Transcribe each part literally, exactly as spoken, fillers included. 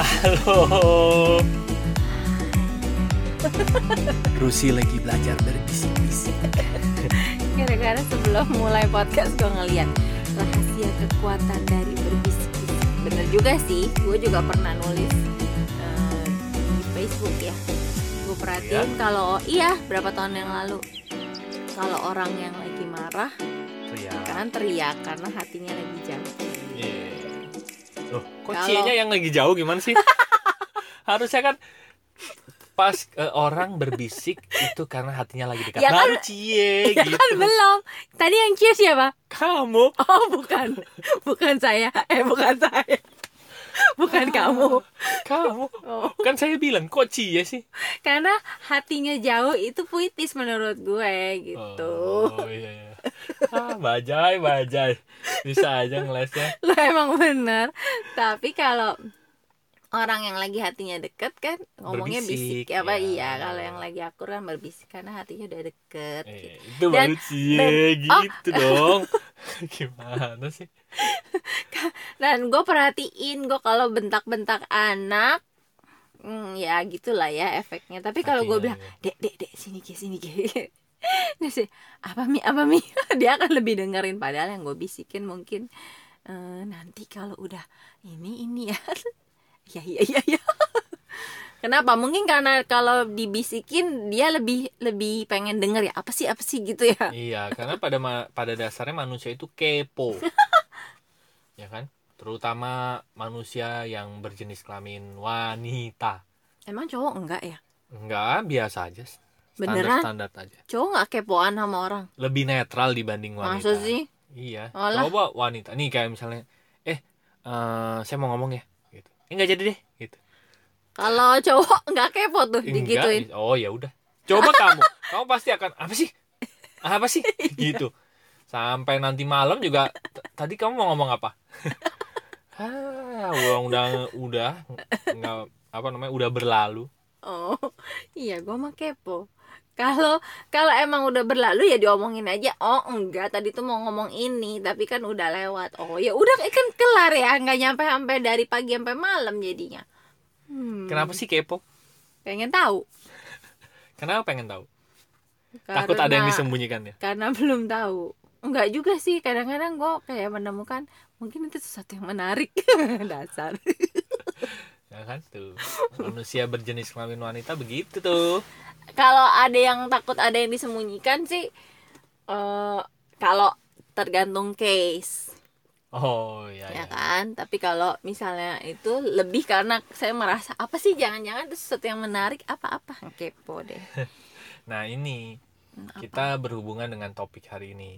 Halo. Rusi lagi belajar berbisik-bisik. Gara-gara sebelum mulai podcast gue ngeliat rahasia kekuatan dari berbisik-bisik. Bener juga sih, gue juga pernah nulis uh, di Facebook ya. Gue perhatiin kalau iya berapa tahun yang lalu, kalau orang yang lagi marah Teriak. kan teriak karena hatinya lagi jauh. Iya. Loh, kok Kalau- cie-nya yang lagi jauh gimana sih? Harusnya kan pas uh, orang berbisik itu karena hatinya lagi dekat. Ya kan- Baru cie Ya gitu. kan belum. Tadi yang cie siapa? Kamu. Oh bukan, bukan saya. Eh bukan saya. Bukan kamu. Kamu. Oh. Kan saya bilang kok cie sih? Karena hatinya jauh itu puitis menurut gue gitu. Oh iya iya. Ah, bajai, bajai. Bisa aja ngelesnya. Lo emang bener. Tapi kalau orang yang lagi hatinya deket kan ngomongnya Berbisik, bisik ya apa ya. iya. Kalau yang lagi akur kan berbisik karena hatinya udah deket. Eh, Gitu. itu Dan- baru cie dan- oh. gitu dong. Gimana sih? Dan gue perhatiin gue kalau bentak-bentak anak, hmm, ya gitulah ya efeknya. Tapi kalau gue Hatinya, bilang ya. dek dek dek sini ki sini ki, dia sih apa mi apa mi dia akan lebih dengerin padahal yang gue bisikin mungkin eh, nanti kalau udah ini ini ya ya ya ya ya. Kenapa? Mungkin karena kalau dibisikin dia lebih lebih pengen denger ya apa sih apa sih gitu ya. Iya, karena pada ma- pada dasarnya manusia itu kepo. Ya kan? Terutama manusia yang berjenis kelamin wanita. Emang cowok enggak ya? Enggak, biasa aja. Beneran? Standar-standar aja. Cowok nggak kepoan sama orang? Lebih netral dibanding wanita. Masa sih? Iya. Alah. Coba wanita. Nih kayak misalnya, eh, eh, saya mau ngomong ya. Gitu. Eh, enggak jadi deh. Gitu. Kalau cowok nggak kepo tuh Enggak. digituin. Oh ya udah. Coba kamu. Kamu pasti akan apa sih? Apa sih? Gitu. Sampai nanti malam juga. t- Tadi kamu mau ngomong apa? ah, udah udah udah nggak apa namanya udah berlalu. Oh iya gue mah kepo. Kalau kalau emang udah berlalu ya diomongin aja. Oh enggak tadi tuh mau ngomong ini tapi kan udah lewat. Oh ya udah kan kelar ya nggak nyampe sampai dari pagi sampai malam jadinya. Hmm, Kenapa sih kepo? pengen tahu? Kenapa pengen tahu? Takut ada yang Karena- disembunyikan ya? Karena belum tahu. Enggak juga sih kadang-kadang gue kayak menemukan mungkin itu sesuatu yang menarik. Dasar. Ya kan tuh. Manusia berjenis kelamin wanita begitu tuh. Kalau ada yang takut ada yang disembunyikan sih eh kalau tergantung case Oh iya ya iya. kan. Tapi kalau misalnya itu lebih karena saya merasa apa sih jangan-jangan itu sesuatu yang menarik apa-apa kepo deh. Nah ini Hmm, apa? kita berhubungan dengan topik hari ini.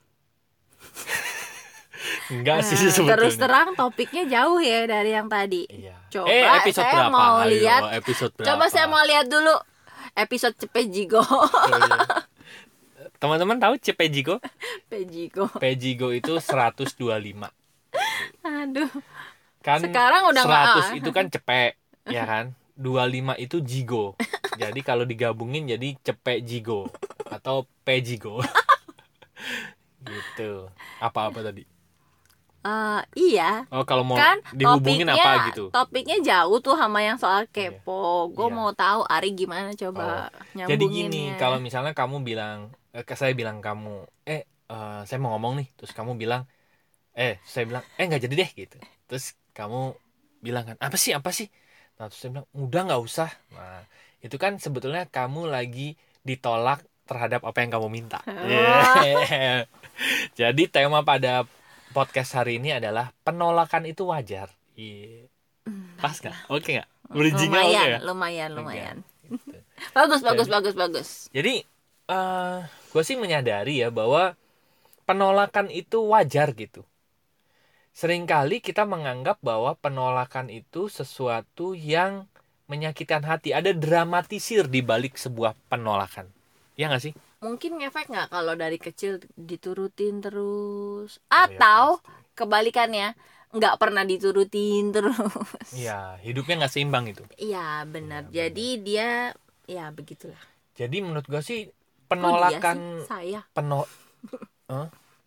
Enggak sih Nah, sebetulnya. terus terang topiknya jauh ya dari yang tadi. Iya. Coba eh episode saya berapa? mau Ayo, lihat. episode berapa? Coba saya mau lihat dulu episode Cepejigo. Oh, iya. Teman-teman tahu Cepejigo? Pejigo. Pejigo itu seratus dua puluh lima. Aduh. Kan Sekarang udah nggak, seratus ah. itu kan cepe, ya kan? dua puluh lima itu jigo. Jadi kalau digabungin jadi cepe jigo atau pejigo. Gitu. Apa-apa tadi? Eh, iya. Oh, kalau mau Kan dihubungin topiknya, apa gitu? topiknya jauh tuh sama yang soal kepo. Gue Iya. mau tahu Ari gimana coba nyambunginnya. Jadi gini, kalau misalnya kamu bilang, eh, ke saya bilang kamu, eh, eh, saya mau ngomong nih, terus kamu bilang, eh, saya bilang, eh, nggak jadi deh, gitu. Terus kamu bilang kan, apa sih, apa sih? Nah, terus saya bilang, udah nggak usah. Nah, itu kan sebetulnya kamu lagi ditolak terhadap apa yang kamu minta. Yeah. Jadi tema pada podcast hari ini adalah penolakan itu wajar. Iya. Pas nggak? Oke nggak? Bridging-nya oke lumayan, ya? lumayan, Oke. lumayan. Gitu. Bagus, bagus, Jadi- bagus, bagus. Jadi eh gue sih menyadari ya bahwa penolakan itu wajar gitu. Seringkali kita menganggap bahwa penolakan itu sesuatu yang menyakitkan hati. Ada dramatisir di balik sebuah penolakan. Ya nggak sih? Mungkin ngefek nggak kalau dari kecil diturutin terus, Oh, ya, atau pasti. kebalikannya nggak pernah diturutin terus. Iya, hidupnya nggak seimbang itu. Iya benar. Iya, Jadi dia ya begitulah. Jadi menurut gue sih Kok dia penolakan sih? Saya. peno Hah?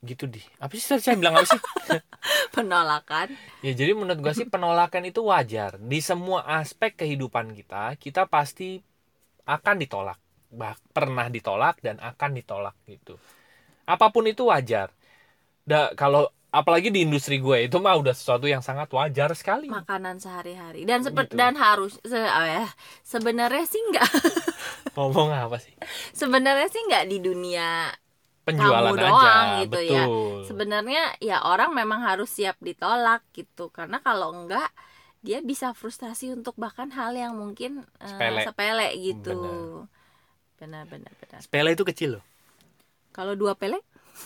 gitu di. Apa sih tadi saya bilang apa sih? Penolakan. Ya jadi menurut gue sih penolakan itu wajar. Di semua aspek kehidupan kita, kita pasti akan ditolak. Bah, pernah ditolak dan akan ditolak gitu. Apapun itu wajar. Da, kalau apalagi di industri gue itu mah udah sesuatu yang sangat wajar sekali. Makanan sehari-hari dan sepe- Gitu. dan harus se oh ya, sebenarnya sih nggak Ngomong apa sih? sebenarnya sih nggak di dunia Penjualan kamu aja, doang gitu betul. ya. Sebenarnya ya orang memang harus siap ditolak gitu, karena kalau enggak dia bisa frustasi untuk bahkan hal yang mungkin eh, Sepele. sepele gitu. Benar benar benar. Sepele itu kecil loh. Kalau dua pele?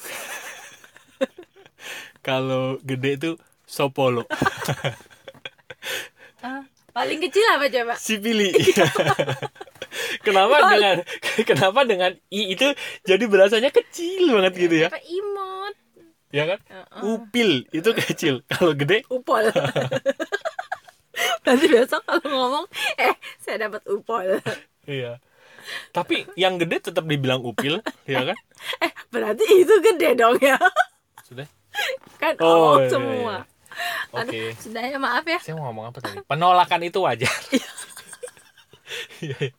Kalau gede itu sopolo. Ah, paling kecil apa coba? Sipili. Kenapa dengan kenapa dengan i itu jadi berasanya kecil banget gitu ya? Apa imut? Ya kan? Uh-uh. Upil itu kecil. Kalau gede Upol. Nanti besok kalau ngomong, eh saya dapat upol. iya. Tapi yang gede tetap dibilang upil, ya kan? Eh berarti itu gede dong ya? Sudah. Kan Oh, oh, iya, semua. iya. Oke. Aduh, sudah ya, maaf ya. Saya mau ngomong apa tadi? Penolakan itu wajar. Iya.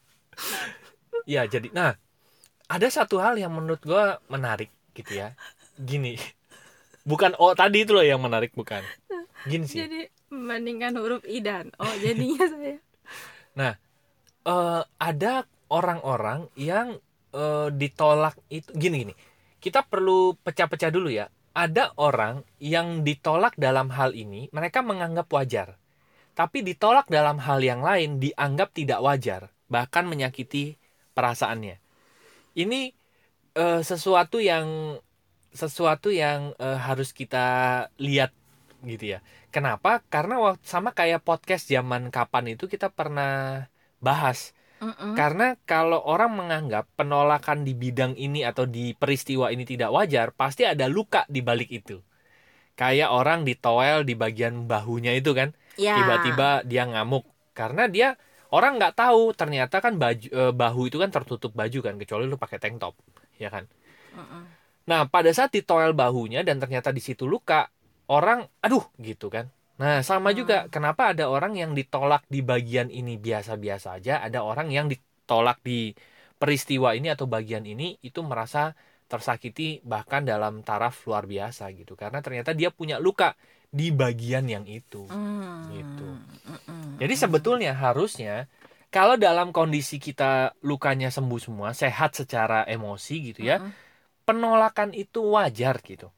Ya, jadi nah, ada satu hal yang menurut gua menarik gitu ya. Gini. Bukan oh tadi itu loh yang menarik, bukan. Gini sih. Jadi membandingkan huruf i dan oh jadinya saya. Nah, eh, ada orang-orang yang eh, ditolak itu gini gini. Kita perlu pecah-pecah dulu ya. Ada orang yang ditolak dalam hal ini, mereka menganggap wajar. Tapi ditolak dalam hal yang lain dianggap tidak wajar, bahkan menyakiti perasaannya. Ini eh, sesuatu yang sesuatu yang eh, harus kita lihat gitu ya. Kenapa? Karena waktu sama kayak podcast zaman kapan itu kita pernah bahas. Mm-mm. Karena kalau orang menganggap penolakan di bidang ini atau di peristiwa ini tidak wajar, pasti ada luka di balik itu. Kayak orang ditoel di bagian bahunya itu kan, Ya. tiba-tiba dia ngamuk karena dia orang nggak tahu ternyata kan baju eh, bahu itu kan tertutup baju kan, kecuali lu pakai tank top, ya kan. Mm-mm. Nah pada saat ditoel bahunya dan ternyata di situ luka, orang aduh gitu kan. Nah sama juga kenapa ada orang yang ditolak di bagian ini biasa-biasa aja, ada orang yang ditolak di peristiwa ini atau bagian ini itu merasa tersakiti bahkan dalam taraf luar biasa gitu, karena ternyata dia punya luka di bagian yang itu. Mm. Gitu. Mm-mm. Jadi sebetulnya harusnya kalau dalam kondisi kita lukanya sembuh semua, sehat secara emosi gitu ya, Mm-mm. penolakan itu wajar gitu.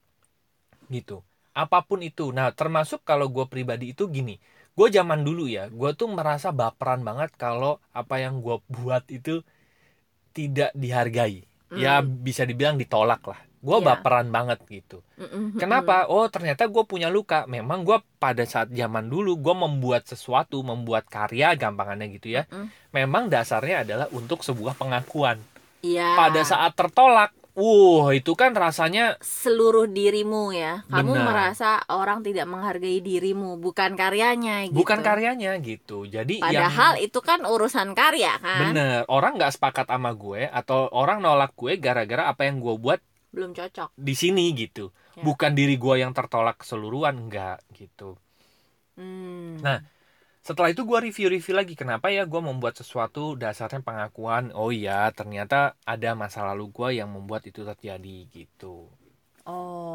Gitu. Apapun itu. Nah, termasuk kalau gue pribadi itu gini. Gue zaman dulu ya, gue tuh merasa baperan banget kalau apa yang gue buat itu tidak dihargai. Ya bisa dibilang ditolak lah. Gue Iya. baperan banget gitu. Mm-mm. Kenapa? Oh ternyata gue punya luka. Memang gue pada saat zaman dulu gue membuat sesuatu, membuat karya gampangannya gitu ya. Mm-mm. Memang dasarnya adalah untuk sebuah pengakuan. Iya. Pada saat tertolak, wuh itu kan rasanya seluruh dirimu ya. Kamu Benar. merasa orang tidak menghargai dirimu, bukan karyanya gitu. bukan karyanya gitu. Jadi Padahal yang itu kan urusan karya kan. bener, orang nggak sepakat sama gue atau orang nolak gue gara-gara apa yang gue buat Belum cocok. di sini gitu. Ya. Bukan diri gue yang tertolak keseluruhan, enggak gitu. Hmm. Nah, setelah itu gue review-review lagi kenapa ya gue membuat sesuatu dasarnya pengakuan. Oh iya, ternyata ada masa lalu gue yang membuat itu terjadi gitu. Oh.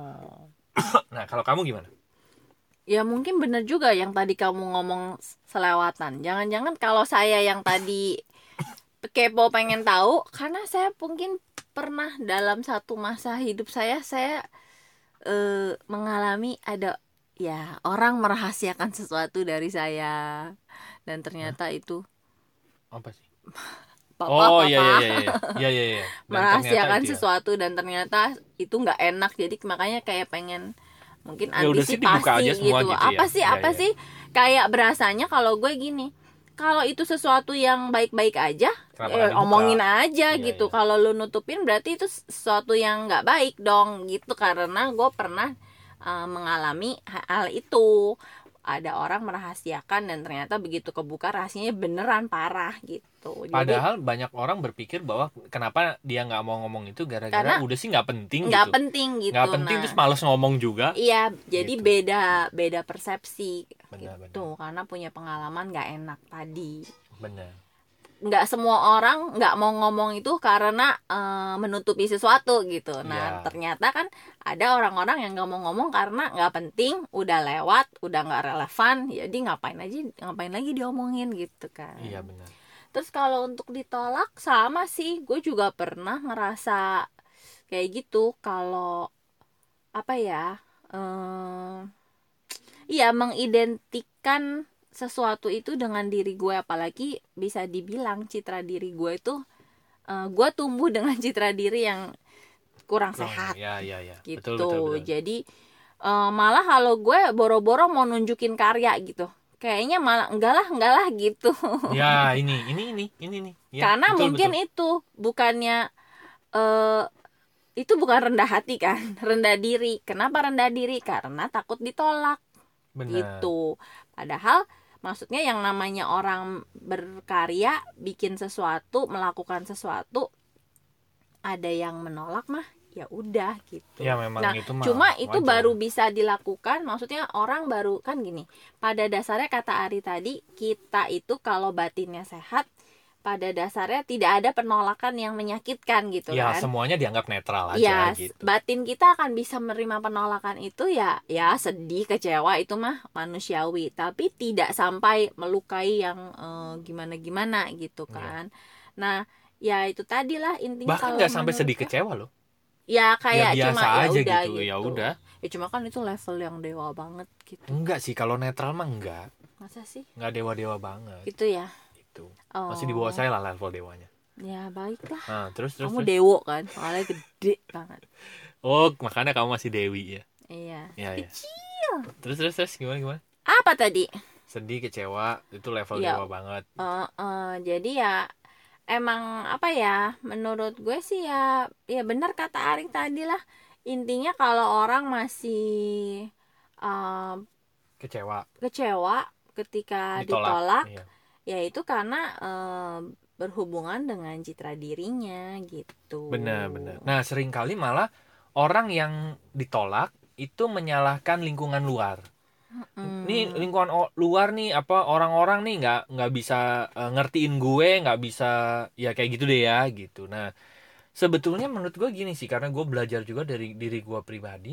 Nah, kalau kamu gimana? Ya mungkin benar juga yang tadi kamu ngomong selewatan. Jangan-jangan kalau saya yang tadi kepo pengen tahu, karena saya mungkin pernah dalam satu masa hidup saya saya eh, mengalami ada ya orang merahasiakan sesuatu dari saya dan ternyata itu Apa sih? papa Oh papa iya iya iya iya iya iya. Dan merahasiakan ternyata itu ya. sesuatu dan ternyata itu nggak enak, jadi makanya kayak pengen mungkin Ya udah sih, dibuka antisipasi aja semua gitu. gitu ya. Apa sih Iya, apa iya. sih kayak berasanya kalau gue gini, kalau itu sesuatu yang baik-baik aja, Kenapa eh, nggak dibuka? omongin aja Iya, gitu. iya. Kalau lu nutupin berarti itu sesuatu yang nggak baik dong gitu. Karena gue pernah uh, mengalami hal itu. ada orang merahasiakan dan ternyata begitu kebuka rahasianya beneran parah gitu. Jadi, Padahal banyak orang berpikir bahwa kenapa dia nggak mau ngomong itu gara-gara Karena udah sih nggak penting nggak gitu. penting gitu. Nggak penting Nah, terus males ngomong juga. iya, jadi Gitu. beda beda persepsi Benar, gitu. Karena punya pengalaman nggak enak tadi. Benar. Nggak semua orang nggak mau ngomong itu karena eh, menutupi sesuatu gitu. Nah, Iya. ternyata kan ada orang-orang yang nggak mau ngomong karena nggak penting, udah lewat, udah nggak relevan, jadi ngapain aja, ngapain lagi diomongin gitu kan. Iya benar. Terus kalau untuk ditolak sama sih, gue juga pernah ngerasa kayak gitu. Kalau apa ya, eh, iya mengidentikan sesuatu itu dengan diri gue, apalagi bisa dibilang citra diri gue itu, eh, gue tumbuh dengan citra diri yang kurang Kurang- sehat Ya ya ya. gitu. Betul betul betul. Jadi eh, malah kalau gue boro-boro mau nunjukin karya gitu, kayaknya malah enggak lah enggak lah gitu. Ya ini ini ini ini nih. Ya, Karena betul, mungkin betul. itu bukannya eh, itu bukan rendah hati kan, rendah diri. Kenapa rendah diri? Karena takut ditolak Benar. gitu. Padahal maksudnya yang namanya orang berkarya, bikin sesuatu, melakukan sesuatu, ada yang menolak mah ya udah gitu. Ya memang Nah, itu mah cuma itu wajar. baru bisa dilakukan, maksudnya orang baru kan gini. Pada dasarnya kata Ari tadi, kita itu kalau batinnya sehat, pada dasarnya tidak ada penolakan yang menyakitkan gitu Ya kan. semuanya dianggap netral aja Ya, gitu. batin kita akan bisa menerima penolakan itu ya, ya sedih, kecewa, itu mah manusiawi, tapi tidak sampai melukai yang eh, gimana-gimana gitu kan. Nah, ya itu tadilah intinya. Bahkan kalau nggak sampai menurut sedih gue, kecewa loh. ya kayak Ya biasa cuma ya aja udah gitu. Ya gitu. udah. Ya cuma kan itu level yang dewa banget gitu. Enggak sih kalau netral mah enggak. Masa sih? Nggak dewa-dewa banget Gitu ya. gitu. Oh. Masih di bawah saya lah level dewanya. Ya baiklah. Nah, terus terus Kamu terus. dewo kan, soalnya gede banget. Oh, makanya kamu masih dewi ya. Iya. Iya ya. Kecil. Terus terus terus gimana gimana? Apa tadi? Sedih, kecewa, itu level Ya. dewa banget. Eh, eh, jadi ya emang apa ya, menurut gue sih ya ya benar kata Arik tadi lah, intinya kalau orang masih eh, Kecewa, kecewa ketika ditolak. ditolak, Iya. ya itu karena eh, berhubungan dengan citra dirinya gitu. Benar benar. Nah, seringkali malah orang yang ditolak itu menyalahkan lingkungan luar. Hmm. Nih lingkungan o- luar nih apa orang-orang nih nggak nggak bisa eh, ngertiin gue, nggak bisa ya kayak gitu deh ya gitu. Nah, sebetulnya menurut gue gini sih, karena gue belajar juga dari diri gue pribadi.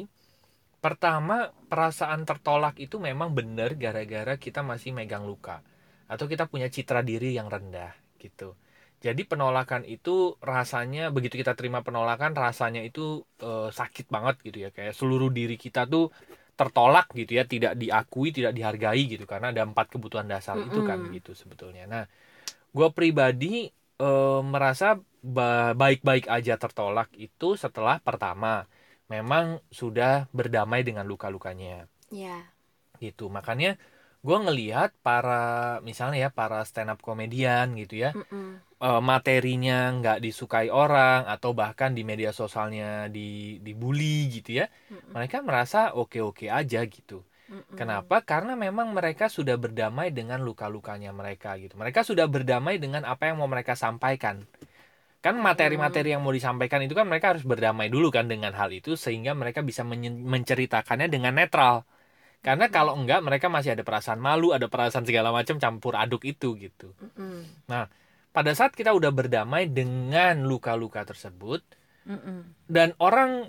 Pertama, perasaan tertolak itu memang benar gara-gara kita masih megang luka atau kita punya citra diri yang rendah gitu. Jadi penolakan itu rasanya, begitu kita terima penolakan, rasanya itu eh, sakit banget gitu ya, kayak seluruh diri kita tuh tertolak gitu ya, tidak diakui, tidak dihargai gitu, karena ada empat kebutuhan dasar itu kan Mm-mm. gitu sebetulnya. Nah, gue pribadi eh, merasa ba- baik-baik aja tertolak itu setelah pertama memang sudah berdamai dengan luka-lukanya Ya. gitu. Makanya gue ngelihat para misalnya ya para stand up komedian gitu ya, Mm-mm. eh, materinya nggak disukai orang atau bahkan di media sosialnya di dibully gitu ya, Mm-mm. mereka merasa oke-oke aja gitu. Mm-mm. Kenapa? Karena memang mereka sudah berdamai dengan luka-lukanya mereka gitu. Mereka sudah berdamai dengan apa yang mau mereka sampaikan. Kan materi-materi yang mau disampaikan itu kan mereka harus berdamai dulu kan dengan hal itu sehingga mereka bisa menye- menceritakannya dengan netral. Karena kalau enggak mereka masih ada perasaan malu, ada perasaan segala macam campur aduk itu gitu. Mm-mm. Nah, pada saat kita udah berdamai dengan luka-luka tersebut Mm-mm. dan orang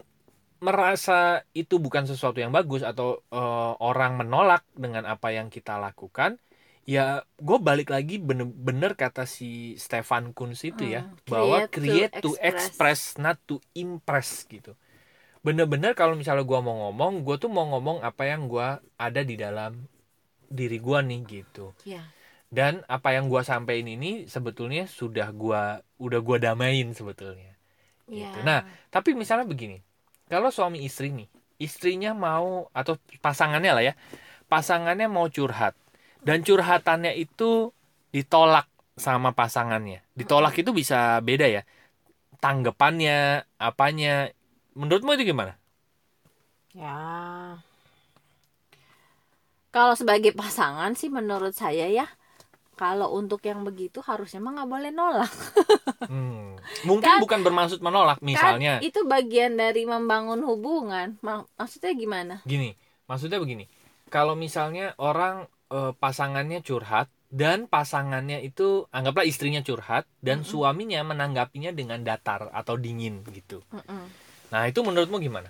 merasa itu bukan sesuatu yang bagus atau eh, orang menolak dengan apa yang kita lakukan, ya gue balik lagi bener-bener kata si Stefan Kunz itu ya, Mm. bahwa Create to create to express. express, not to impress gitu. Bener-bener kalau misalnya gue mau ngomong, gue tuh mau ngomong apa yang gue ada di dalam diri gue nih gitu. Ya. Dan apa yang gue sampein ini sebetulnya sudah gue udah gue damain sebetulnya gitu. Ya. Nah, tapi misalnya begini, kalau suami istri nih, istrinya mau atau pasangannya lah ya, pasangannya mau curhat dan curhatannya itu ditolak sama pasangannya. Ditolak itu bisa beda ya, tanggapannya, apanya. Menurutmu itu gimana? Ya. Kalau sebagai pasangan sih menurut saya ya, kalau untuk yang begitu harusnya mah nggak boleh nolak. Hmm. Mungkin Kan, bukan bermaksud menolak, kan misalnya itu bagian dari membangun hubungan. Mak- maksudnya gimana? gini, maksudnya begini. Kalau misalnya orang eh, pasangannya curhat dan pasangannya itu anggaplah istrinya curhat dan Mm-mm. suaminya menanggapinya dengan datar atau dingin gitu. Mm-mm. Nah, itu menurutmu gimana?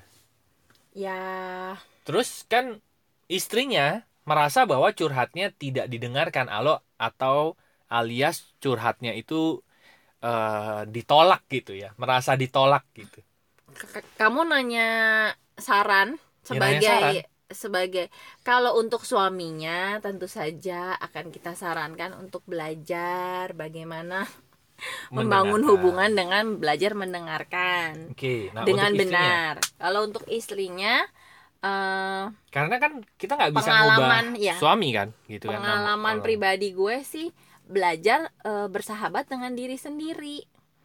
Ya, Terus kan istrinya merasa bahwa curhatnya tidak didengarkan alo atau alias curhatnya itu eh, ditolak gitu ya, merasa ditolak gitu. k- kamu nanya saran Ya nanya saran. sebagai sebagai kalau untuk suaminya tentu saja akan kita sarankan untuk belajar bagaimana membangun hubungan Mendengarkan. dengan belajar mendengarkan Oke, nah untuk dengan istrinya, benar. Kalau untuk istrinya, eh, karena kan kita nggak bisa ngubah pengalaman ya, suami kan, gitu kan. Nam- pengalaman eh, pribadi gue sih belajar eh, bersahabat dengan diri sendiri.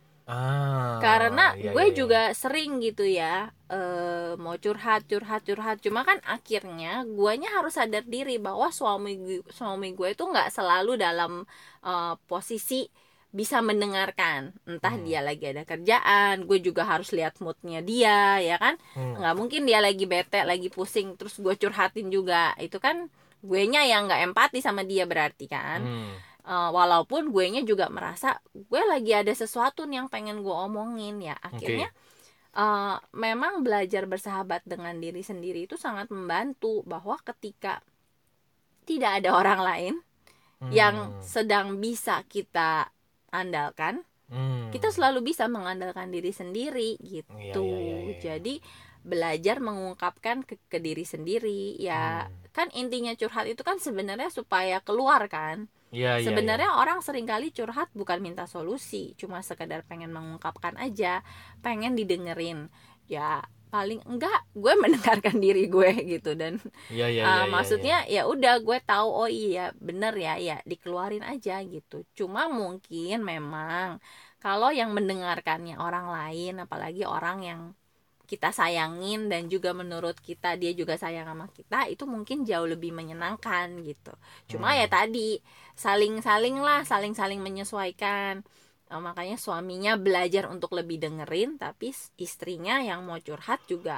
ah, Karena ya gue ya ya. juga sering gitu ya, eh, mau curhat curhat curhat, cuma kan akhirnya guanya harus sadar diri bahwa suami gu- suami gue itu nggak selalu dalam eh, posisi bisa mendengarkan. Entah Hmm. dia lagi ada kerjaan, gue juga harus lihat moodnya dia, ya kan. Hmm. Nggak mungkin dia lagi bete lagi pusing terus gue curhatin juga, itu kan guenya yang nggak empati sama dia berarti kan. Hmm. Uh, walaupun guenya juga merasa gue lagi ada sesuatu nih yang pengen gue omongin, ya akhirnya Oke. uh, memang belajar bersahabat dengan diri sendiri itu sangat membantu, bahwa ketika tidak ada orang lain yang Hmm. sedang bisa kita andalkan, Hmm. kita selalu bisa mengandalkan diri sendiri Iya, gitu. iya, iya, iya, iya. Jadi belajar mengungkapkan ke, ke diri sendiri ya. Hmm. Kan intinya curhat itu kan sebenarnya supaya keluar kan. Iya, iya, iya. Sebenarnya orang seringkali curhat bukan minta solusi, cuma sekedar pengen mengungkapkan aja, pengen didengerin. Ya paling enggak gue mendengarkan diri gue gitu. Dan Iya, iya, uh, iya, iya, iya. maksudnya ya udah gue tahu, oh iya bener ya, ya dikeluarin aja gitu. Cuma mungkin memang kalau yang mendengarkannya orang lain, apalagi orang yang kita sayangin dan juga menurut kita dia juga sayang sama kita, itu mungkin jauh lebih menyenangkan gitu. Cuma Hmm. ya tadi saling-saling lah, saling-saling menyesuaikan. Eh, makanya suaminya belajar untuk lebih dengerin, tapi istrinya yang mau curhat juga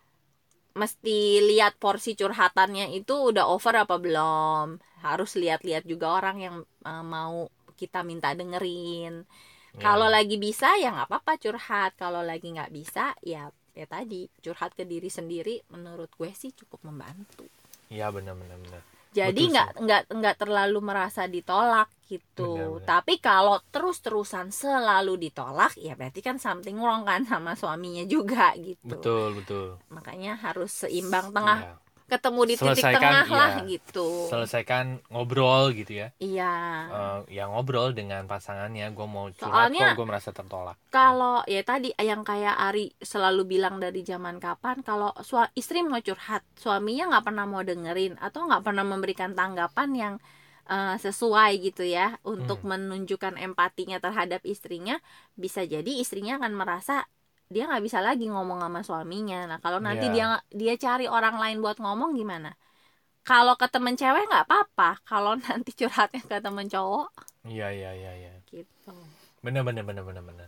mesti lihat porsi curhatannya itu udah over apa belum. Harus lihat-lihat juga orang yang uh, mau kita minta dengerin. Ya, Kalau ya. lagi bisa ya nggak apa-apa curhat. Kalau lagi nggak bisa ya ya tadi curhat ke diri sendiri. Menurut gue sih cukup membantu. Iya, benar, benar, benar. Jadi Betul nggak sih. nggak nggak terlalu merasa ditolak gitu. Benar, benar. Tapi kalau terus-terusan selalu ditolak, ya berarti kan something wrong kan sama suaminya juga gitu. Betul, betul. Makanya harus seimbang tengah, Iya. ketemu di titik Selesaikan, tengah lah iya. gitu. Selesaikan ngobrol gitu ya. Iya. Eh, ya ngobrol dengan pasangannya, gue mau curhat Soalnya kok gue merasa tertolak. kalau ya tadi yang kayak Ari selalu bilang dari zaman kapan, kalau sua, istri mau curhat, suaminya nggak pernah mau dengerin atau nggak pernah memberikan tanggapan yang uh, sesuai gitu ya untuk Hmm. menunjukkan empatinya terhadap istrinya, bisa jadi istrinya akan merasa dia nggak bisa lagi ngomong sama suaminya. Nah kalau nanti Iya. dia dia cari orang lain buat ngomong gimana? Kalau ke temen cewek nggak apa-apa, kalau nanti curhatnya ke temen cowok Iya, iya, iya, iya. gitu. Benar, benar, benar, benar, benar.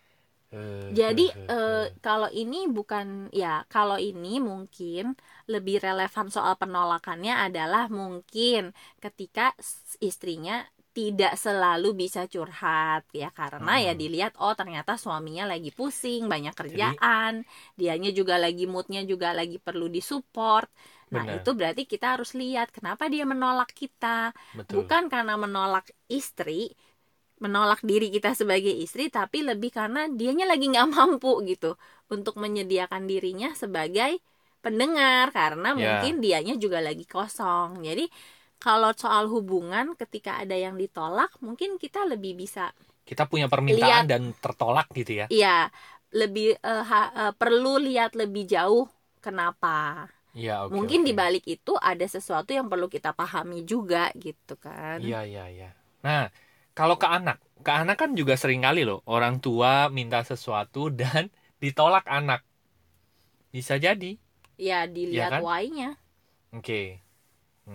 Eh, Jadi eh, eh, eh, eh. kalau ini bukan ya, kalau ini mungkin lebih relevan soal penolakannya adalah mungkin ketika s- istrinya tidak selalu bisa curhat ya, karena ya Hmm. dilihat oh ternyata suaminya lagi pusing banyak Jadi, kerjaan, dianya juga lagi moodnya juga lagi perlu disupport. Nah benar, itu berarti kita harus lihat kenapa dia menolak kita, betul. bukan karena menolak istri, menolak diri kita sebagai istri, tapi lebih karena dianya lagi nggak mampu gitu untuk menyediakan dirinya sebagai pendengar, karena Ya, mungkin dianya juga lagi kosong. Jadi kalau soal hubungan ketika ada yang ditolak, mungkin kita lebih bisa kita punya permintaan lihat, dan tertolak gitu ya. iya lebih eh, ha- eh, perlu lihat lebih jauh kenapa. Iya, oke, Mungkin oke. di balik itu ada sesuatu yang perlu kita pahami juga gitu kan. Iya, iya, iya. Nah, kalau ke anak, ke anak kan juga sering kali loh orang tua minta sesuatu dan ditolak anak. Bisa jadi, Ya ya dilihat kan? why-nya. Oke. Hmm.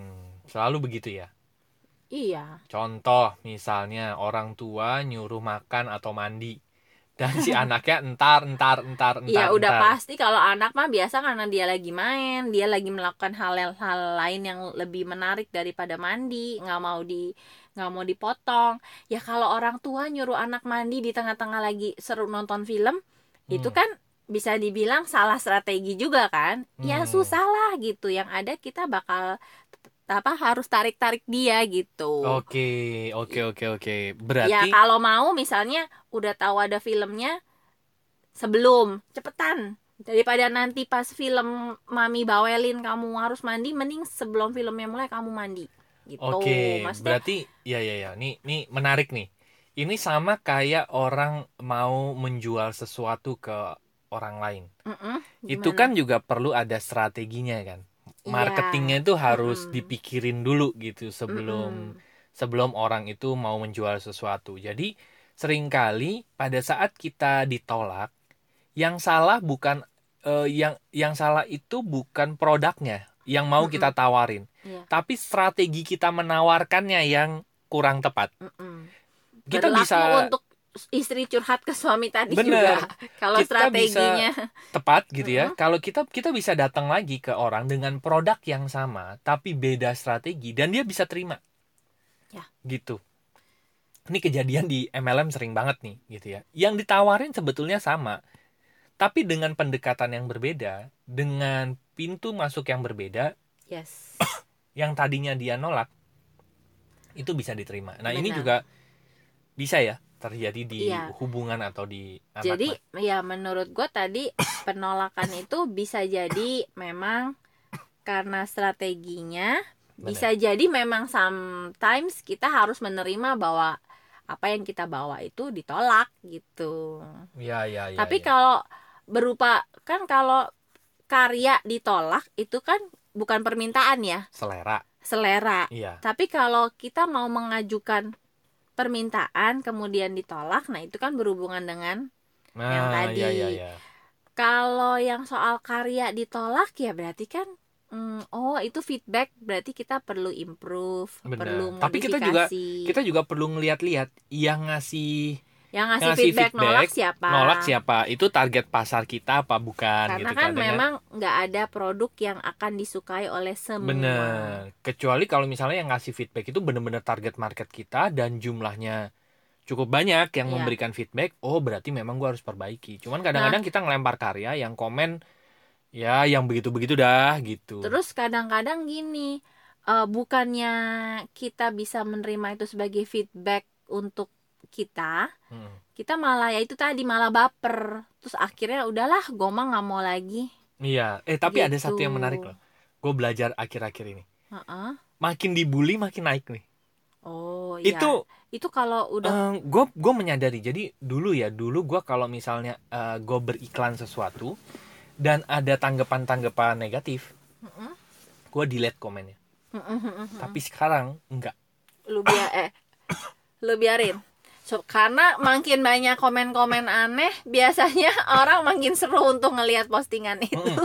Selalu begitu ya. Iya. Contoh misalnya orang tua nyuruh makan atau mandi dan si anaknya entar entar entar entar Iya udah entar. pasti kalau anak mah biasa karena dia lagi main, dia lagi melakukan hal-hal lain yang lebih menarik daripada mandi, nggak mau di nggak mau dipotong. Ya kalau orang tua nyuruh anak mandi di tengah-tengah lagi seru nonton film, Hmm. itu kan bisa dibilang salah strategi juga kan? Ya Hmm. susah lah gitu. Yang ada kita bakal apa harus tarik-tarik dia gitu. Oke, oke, oke, oke. Ya Berarti kalau mau misalnya udah tahu ada filmnya sebelum, cepetan daripada nanti pas film mami bawelin kamu harus mandi, mending sebelum filmnya mulai kamu mandi gitu. oke, Maksudnya berarti ya ya ya. Nih nih menarik nih. Ini sama kayak orang mau menjual sesuatu ke orang lain. mm-mm, Itu gimana? kan juga perlu ada strateginya kan. Iya. Marketingnya itu harus Mm-mm. dipikirin dulu gitu sebelum Mm-mm. sebelum orang itu mau menjual sesuatu. Jadi seringkali pada saat kita ditolak, yang salah bukan eh, yang yang salah itu bukan produknya yang mau Mm-mm. kita tawarin, Iya. tapi strategi kita menawarkannya yang kurang tepat. Mm-mm. Kita Berlaku bisa untuk istri curhat ke suami tadi bener, juga. Kalau kita bisa strateginya tepat gitu ya. Mm-mm. Kalau kita kita bisa datang lagi ke orang dengan produk yang sama tapi beda strategi dan dia bisa terima. Ya. Gitu. Ini kejadian di M L M sering banget nih gitu ya. Yang ditawarin sebetulnya sama, tapi dengan pendekatan yang berbeda, dengan pintu masuk yang berbeda, yes. yang tadinya dia nolak itu bisa diterima. Nah, ini Benar. juga bisa ya terjadi di Iya. hubungan atau di anak. Jadi ya menurut gue tadi penolakan itu bisa jadi memang karena strateginya, Benar. bisa jadi memang sometimes kita harus menerima bahwa apa yang kita bawa itu ditolak gitu. Ya, ya, ya. Tapi ya. kalau berupa kan kalau karya ditolak itu kan bukan permintaan ya, selera. selera. Iya. Tapi kalau kita mau mengajukan permintaan kemudian ditolak, nah itu kan berhubungan dengan Nah, yang tadi. ya, ya, ya. Kalau yang soal karya ditolak ya berarti kan mm, oh itu feedback, berarti kita perlu improve, Benar. perlu Tapi kita modifikasi. juga kita juga perlu ngeliat-liat yang ngasih yang ngasih, ngasih feedback, feedback, nolak siapa? Nolak siapa? Itu target pasar kita apa bukan? Karena gitu kan Dengan- memang nggak ada produk yang akan disukai oleh semua. Bener. Kecuali kalau misalnya yang ngasih feedback itu bener-bener target market kita dan jumlahnya cukup banyak yang Iya. memberikan feedback. Oh berarti memang gue harus perbaiki. Cuman kadang-kadang kita ngelempar karya yang komen ya yang begitu-begitu dah gitu. Terus kadang-kadang gini, eh, bukannya kita bisa menerima itu sebagai feedback untuk kita, Hmm. kita malah ya itu tadi malah baper. Terus akhirnya udahlah, gue mah nggak mau lagi. Iya. Eh tapi ada Gitu. satu yang menarik loh. Gue belajar akhir-akhir ini. Heeh. Makin dibully makin naik nih. Oh iya. Itu itu kalau udah gue gue menyadari. Jadi dulu ya dulu gue kalau misalnya gue beriklan sesuatu dan ada tanggapan-tanggapan negatif, Mm-mm. gue delete komennya. Mm-mm. Tapi sekarang enggak. lu biar eh lu biarin. So, karena makin banyak komen-komen aneh, biasanya orang makin seru untuk ngelihat postingan itu. Mm-mm.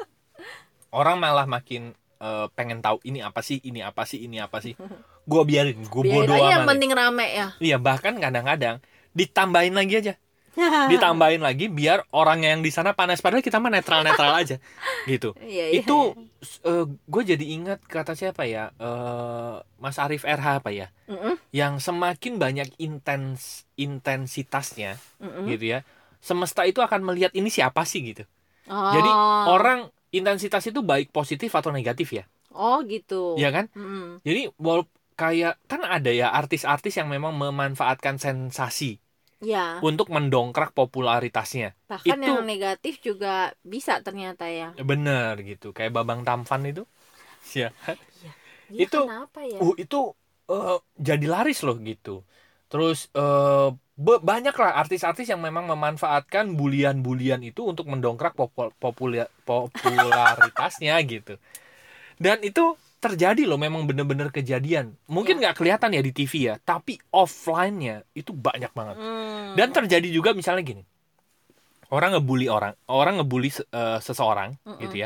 Orang malah makin eh, pengen tahu ini apa sih, ini apa sih, ini apa sih. Gue biarin, gue Biarin bodo aja yang amat. penting rame ya. Iya, bahkan kadang-kadang ditambahin lagi aja. Ditambahin lagi biar orangnya yang di sana panas, padahal kita mah netral-netral aja gitu. Iya, iya. Itu gue jadi ingat kata siapa ya, eh, Mas Arif R H apa ya, Mm-mm. yang semakin banyak intens intensitasnya Mm-mm. gitu ya, semesta itu akan melihat ini siapa sih gitu. Oh. Jadi orang intensitas itu baik positif atau negatif ya, Oh gitu. ya kan? Mm-mm. Jadi walaupun kayak kan ada ya artis-artis yang memang memanfaatkan sensasi Ya. untuk mendongkrak popularitasnya. Bahkan itu yang negatif juga bisa ternyata ya. bener gitu, kayak Babang Tampan itu, ya. Dia Itu- kenapa ya? Uh itu eh, jadi laris loh gitu. Terus eh, be- banyak lah artis-artis yang memang memanfaatkan bulian-bulian itu untuk mendongkrak popul- popula- popularitasnya gitu. Dan itu terjadi loh, memang bener-bener kejadian. Mungkin nggak kelihatan ya di T V ya, tapi offline-nya itu banyak banget. Hmm. Dan terjadi juga misalnya gini, orang ngebully orang, orang ngebully se- eh, seseorang Mm-mm. gitu ya.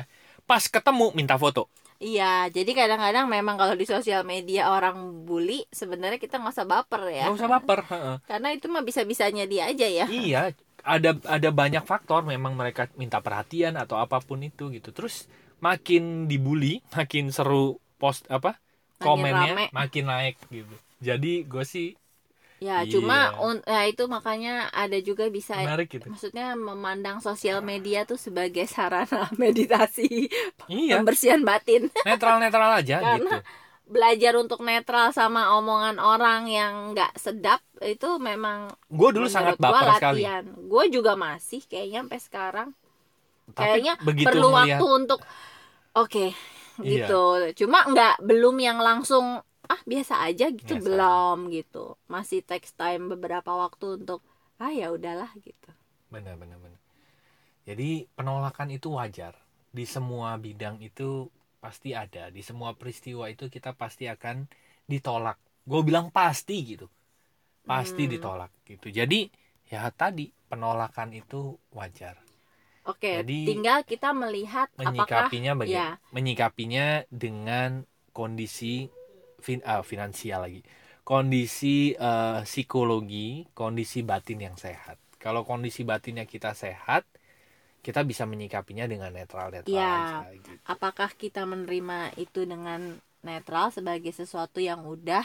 pas ketemu minta foto. Iya, jadi kadang-kadang memang kalau di sosial media orang bully, sebenarnya kita nggak usah baper ya. Nggak usah baper. Heeh. Karena itu mah bisa-bisanya dia aja ya. Iya, ada ada banyak faktor memang mereka minta perhatian atau apapun itu gitu. Terus makin dibully, makin seru post apa Makin komennya rame. makin naik gitu. Jadi gue sih Ya, Iya. cuma un- ya itu makanya ada juga bisa menarik gitu. maksudnya memandang sosial media tuh sebagai sarana meditasi, Iya, pembersihan batin. netral-netral aja Karena gitu. belajar untuk netral sama omongan orang yang nggak sedap itu memang Gue dulu sangat menurut gua baper sekali. latihan. Gue juga masih kayaknya sampai sekarang. Tapi Kayaknya begitu perlu melihat- waktu untuk oke Iya. gitu. Cuma nggak belum yang langsung ah biasa aja gitu, Biasa. belum gitu. Masih takes time beberapa waktu untuk ah ya udahlah gitu. Benar, benar, benar. Jadi penolakan itu wajar. Di semua bidang itu pasti ada. Di semua peristiwa itu kita pasti akan ditolak. Gue bilang pasti gitu. Pasti Hmm. ditolak gitu. Jadi ya tadi penolakan itu wajar. Oke, Jadi, tinggal kita melihat Menyikapinya apakah bagaimana? ya Menyikapinya dengan kondisi fin, ah, finansial lagi. Kondisi eh, psikologi, kondisi batin yang sehat. Kalau kondisi batinnya kita sehat, kita bisa menyikapinya dengan netral-netral Ya. aja gitu. apakah kita menerima itu dengan netral sebagai sesuatu yang udah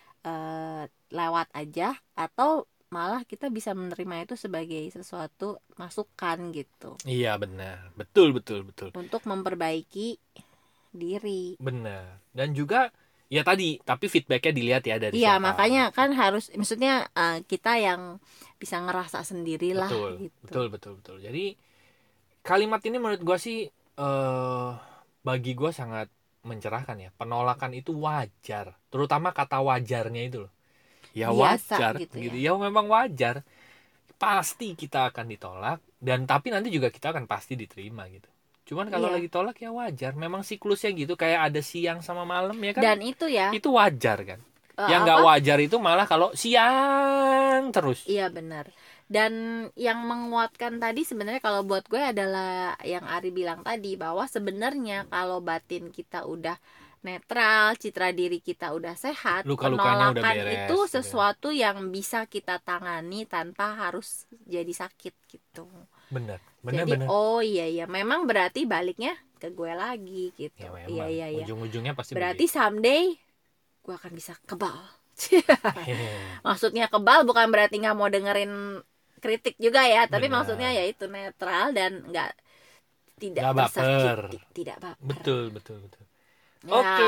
eh, lewat aja atau malah kita bisa menerima itu sebagai sesuatu masukan gitu Iya, benar. Betul, betul, betul. untuk memperbaiki diri. Benar. Dan juga ya tadi, tapi feedbacknya dilihat ya dari Iya, siapa. makanya kan harus maksudnya eh, kita yang bisa ngerasa sendirilah Betul, gitu. betul, betul, betul. Jadi kalimat ini menurut gua sih eh bagi gua sangat mencerahkan ya. Penolakan itu wajar, terutama kata wajarnya itu loh. Ya Biasa wajar gitu gitu, ya. ya. Memang wajar. Pasti kita akan ditolak dan tapi nanti juga kita akan pasti diterima gitu. Cuman kalau Iya. lagi tolak ya wajar. Memang siklusnya gitu, kayak ada siang sama malam ya kan. Dan itu ya Itu wajar kan. eh, Yang apa? nggak wajar itu malah kalau siang terus. Iya benar. Dan yang menguatkan tadi sebenarnya kalau buat gue adalah yang Ari bilang tadi bahwa sebenarnya kalau batin kita udah netral, citra diri kita udah sehat, Luka-lukanya udah penolakan beres, itu gitu ya. sesuatu yang bisa kita tangani tanpa harus jadi sakit gitu. Bener, bener, Jadi bener. oh iya iya, memang berarti baliknya ke gue lagi gitu. Ya memang, Iya iya iya. ujung-ujungnya pasti Berarti someday gue akan bisa kebal. begitu. Maksudnya kebal bukan berarti nggak mau dengerin kritik juga ya, tapi Benar. maksudnya ya itu netral dan nggak tidak Nggak baper. tersakiti, tidak baper. Betul, betul, betul. Ya, Oke.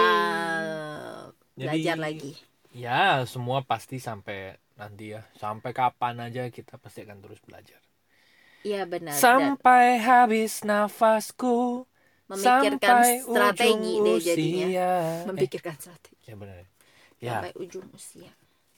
belajar Jadi, lagi. Ya, semua pasti sampai nanti ya. Sampai kapan aja kita pasti akan terus belajar. Iya benar. Dan Sampai habis nafasku. memikirkan sampai strategi ujung deh jadinya. usia. Memikirkan strategi Eh, ya benar. Ya. sampai ujung usia.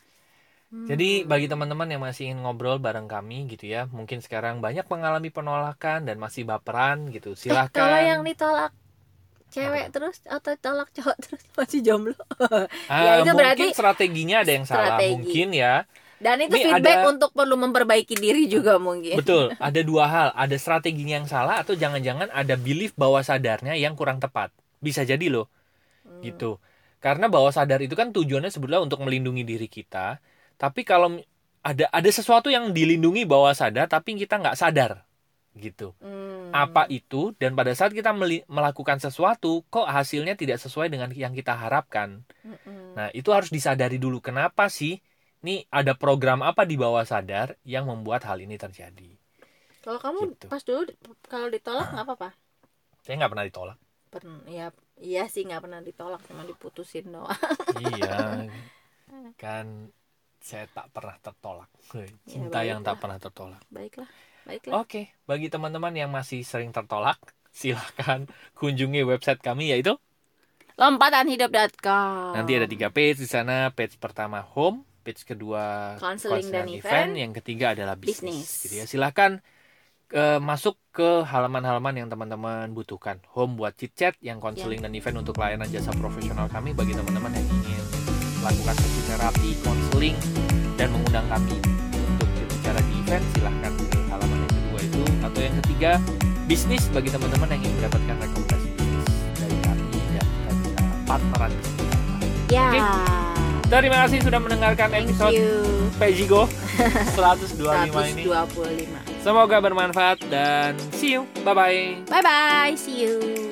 Jadi bagi teman-teman yang masih ingin ngobrol bareng kami gitu ya, mungkin sekarang banyak mengalami penolakan dan masih baperan gitu. Eh, Silahkan. kalau yang ditolak cewek terus atau tolak cowok terus masih jomblo. Ah, ya itu mungkin berarti strateginya ada yang salah, strategi. mungkin ya. Dan itu Ini feedback ada- untuk perlu memperbaiki diri juga mungkin. Betul, ada dua hal, ada strateginya yang salah atau jangan-jangan ada belief bawah sadarnya yang kurang tepat. Bisa jadi loh. Hmm. Gitu. Karena bawah sadar itu kan tujuannya sebetulnya untuk melindungi diri kita. Tapi kalau ada ada sesuatu yang dilindungi bawah sadar tapi kita nggak sadar. Gitu. Hmm. Apa itu, dan pada saat kita meli- melakukan sesuatu kok hasilnya tidak sesuai dengan yang kita harapkan. Mm-mm. Nah, itu harus disadari dulu, kenapa sih ini ada program apa di bawah sadar yang membuat hal ini terjadi. Kalau kamu Gitu. pas dulu kalau ditolak nggak apa-apa. Saya nggak pernah ditolak. Pernah ya, iya sih nggak pernah ditolak, cuma diputusin doang. Iya, kan saya tak pernah tertolak. Cinta yang tak baiklah. pernah tertolak. Baiklah, baiklah. Oke, bagi teman-teman yang masih sering tertolak, silahkan kunjungi website kami yaitu lompatan hidup dot com. nanti ada tiga page di sana. Page pertama home, page kedua Counseling dan counseling event, yang ketiga adalah bisnis. bisnis. Gitu ya. Silahkan eh, masuk ke halaman-halaman yang teman-teman butuhkan. Home buat chit chat, yang counseling dan event untuk layanan jasa profesional kami bagi teman-teman yang ingin melakukan sesi terapi, counseling dan mengundang kami untuk berbicara di event, silahkan ke halaman yang kedua itu. Atau yang ketiga, bisnis bagi teman-teman yang ingin mendapatkan rekomendasi bisnis. partneran. Ya. Oke. Terima kasih sudah mendengarkan Thank episode you. Pejigo seratus dua puluh lima ini. seratus dua puluh lima. Semoga bermanfaat dan see you. Bye bye. Bye bye. See you.